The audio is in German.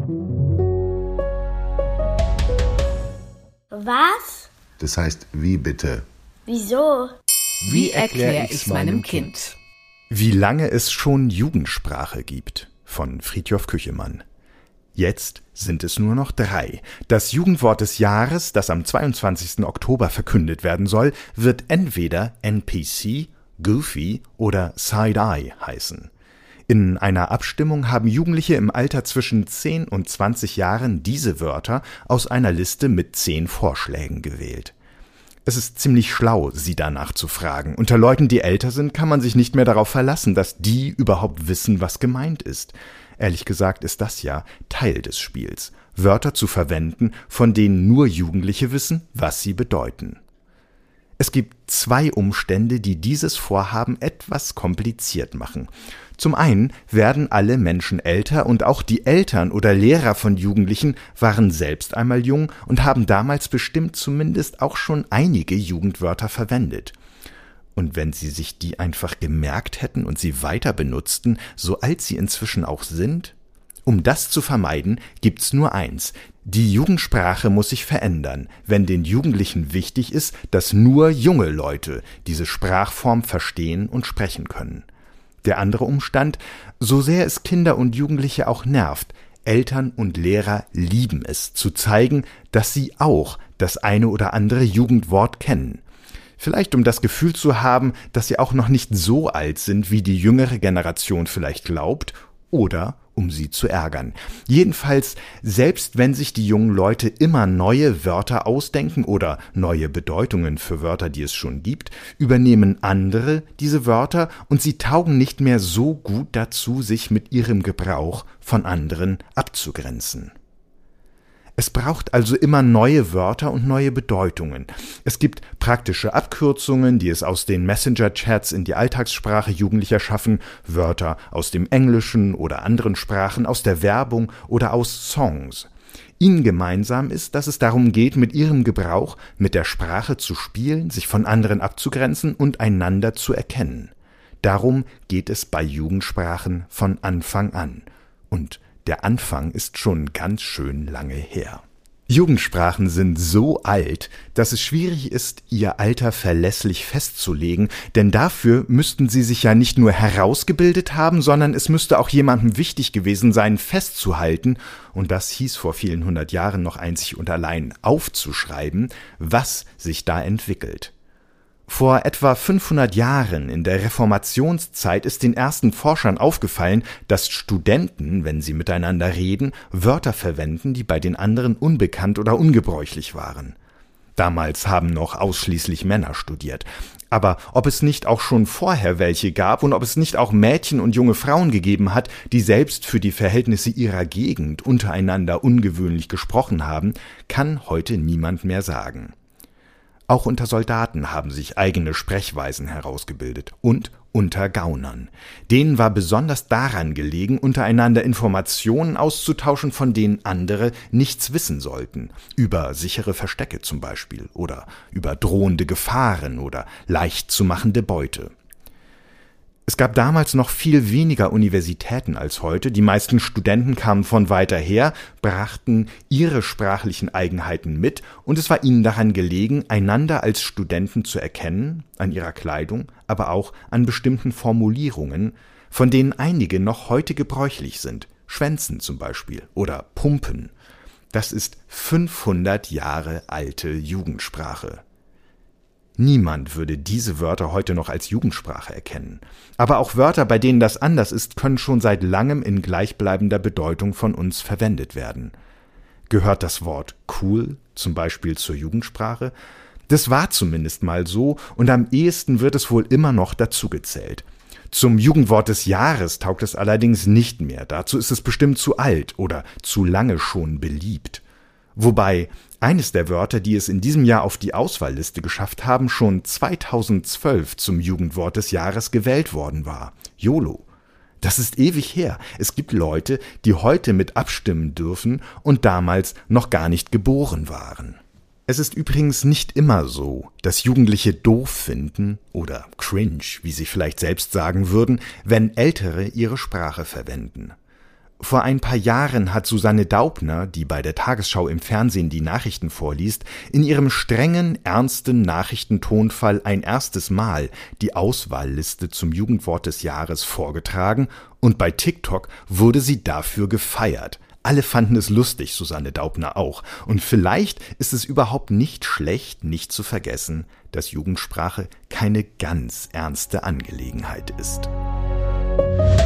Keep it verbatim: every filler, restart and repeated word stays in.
Was? Das heißt, wie bitte? Wieso? Wie erkläre ich's meinem Kind? Wie lange es schon Jugendsprache gibt, von Fridtjof Küchemann. Jetzt sind es nur noch drei. Das Jugendwort des Jahres, das am zweiundzwanzigsten Oktober verkündet werden soll, wird entweder N P C, Goofy oder Side-Eye heißen. In einer Abstimmung haben Jugendliche im Alter zwischen zehn und zwanzig Jahren diese Wörter aus einer Liste mit zehn Vorschlägen gewählt. Es ist ziemlich schlau, sie danach zu fragen. Unter Leuten, die älter sind, kann man sich nicht mehr darauf verlassen, dass die überhaupt wissen, was gemeint ist. Ehrlich gesagt ist das ja Teil des Spiels, Wörter zu verwenden, von denen nur Jugendliche wissen, was sie bedeuten. Es gibt zwei Umstände, die dieses Vorhaben etwas kompliziert machen. Zum einen werden alle Menschen älter und auch die Eltern oder Lehrer von Jugendlichen waren selbst einmal jung und haben damals bestimmt zumindest auch schon einige Jugendwörter verwendet. Und wenn sie sich die einfach gemerkt hätten und sie weiter benutzten, so alt sie inzwischen auch sind? Um das zu vermeiden, gibt's nur eins. Die Jugendsprache muss sich verändern, wenn den Jugendlichen wichtig ist, dass nur junge Leute diese Sprachform verstehen und sprechen können. Der andere Umstand, so sehr es Kinder und Jugendliche auch nervt, Eltern und Lehrer lieben es, zu zeigen, dass sie auch das eine oder andere Jugendwort kennen. Vielleicht um das Gefühl zu haben, dass sie auch noch nicht so alt sind, wie die jüngere Generation vielleicht glaubt, oder um sie zu ärgern. Jedenfalls, selbst wenn sich die jungen Leute immer neue Wörter ausdenken oder neue Bedeutungen für Wörter, die es schon gibt, übernehmen andere diese Wörter und sie taugen nicht mehr so gut dazu, sich mit ihrem Gebrauch von anderen abzugrenzen. Es braucht also immer neue Wörter und neue Bedeutungen. Es gibt praktische Abkürzungen, die es aus den Messenger-Chats in die Alltagssprache Jugendlicher schaffen, Wörter aus dem Englischen oder anderen Sprachen, aus der Werbung oder aus Songs. Ihnen gemeinsam ist, dass es darum geht, mit ihrem Gebrauch mit der Sprache zu spielen, sich von anderen abzugrenzen und einander zu erkennen. Darum geht es bei Jugendsprachen von Anfang an. Und der Anfang ist schon ganz schön lange her. Jugendsprachen sind so alt, dass es schwierig ist, ihr Alter verlässlich festzulegen, denn dafür müssten sie sich ja nicht nur herausgebildet haben, sondern es müsste auch jemandem wichtig gewesen sein, festzuhalten, und das hieß vor vielen hundert Jahren noch einzig und allein aufzuschreiben, was sich da entwickelt. Vor etwa fünfhundert Jahren in der Reformationszeit ist den ersten Forschern aufgefallen, dass Studenten, wenn sie miteinander reden, Wörter verwenden, die bei den anderen unbekannt oder ungebräuchlich waren. Damals haben noch ausschließlich Männer studiert. Aber ob es nicht auch schon vorher welche gab und ob es nicht auch Mädchen und junge Frauen gegeben hat, die selbst für die Verhältnisse ihrer Gegend untereinander ungewöhnlich gesprochen haben, kann heute niemand mehr sagen. Auch unter Soldaten haben sich eigene Sprechweisen herausgebildet und unter Gaunern. Denen war besonders daran gelegen, untereinander Informationen auszutauschen, von denen andere nichts wissen sollten, über sichere Verstecke zum Beispiel oder über drohende Gefahren oder leicht zu machende Beute. Es gab damals noch viel weniger Universitäten als heute. Die meisten Studenten kamen von weiter her, brachten ihre sprachlichen Eigenheiten mit und es war ihnen daran gelegen, einander als Studenten zu erkennen, an ihrer Kleidung, aber auch an bestimmten Formulierungen, von denen einige noch heute gebräuchlich sind. Schwänzen zum Beispiel oder Pumpen. Das ist fünfhundert Jahre alte Jugendsprache. Niemand würde diese Wörter heute noch als Jugendsprache erkennen. Aber auch Wörter, bei denen das anders ist, können schon seit langem in gleichbleibender Bedeutung von uns verwendet werden. Gehört das Wort cool zum Beispiel zur Jugendsprache? Das war zumindest mal so und am ehesten wird es wohl immer noch dazugezählt. Zum Jugendwort des Jahres taugt es allerdings nicht mehr. Dazu ist es bestimmt zu alt oder zu lange schon beliebt. Wobei eines der Wörter, die es in diesem Jahr auf die Auswahlliste geschafft haben, schon zweitausendzwölf zum Jugendwort des Jahres gewählt worden war. YOLO. Das ist ewig her. Es gibt Leute, die heute mit abstimmen dürfen und damals noch gar nicht geboren waren. Es ist übrigens nicht immer so, dass Jugendliche doof finden oder cringe, wie sie vielleicht selbst sagen würden, wenn Ältere ihre Sprache verwenden. Vor ein paar Jahren hat Susanne Daubner, die bei der Tagesschau im Fernsehen die Nachrichten vorliest, in ihrem strengen, ernsten Nachrichtentonfall ein erstes Mal die Auswahlliste zum Jugendwort des Jahres vorgetragen und bei TikTok wurde sie dafür gefeiert. Alle fanden es lustig, Susanne Daubner auch. Und vielleicht ist es überhaupt nicht schlecht, nicht zu vergessen, dass Jugendsprache keine ganz ernste Angelegenheit ist.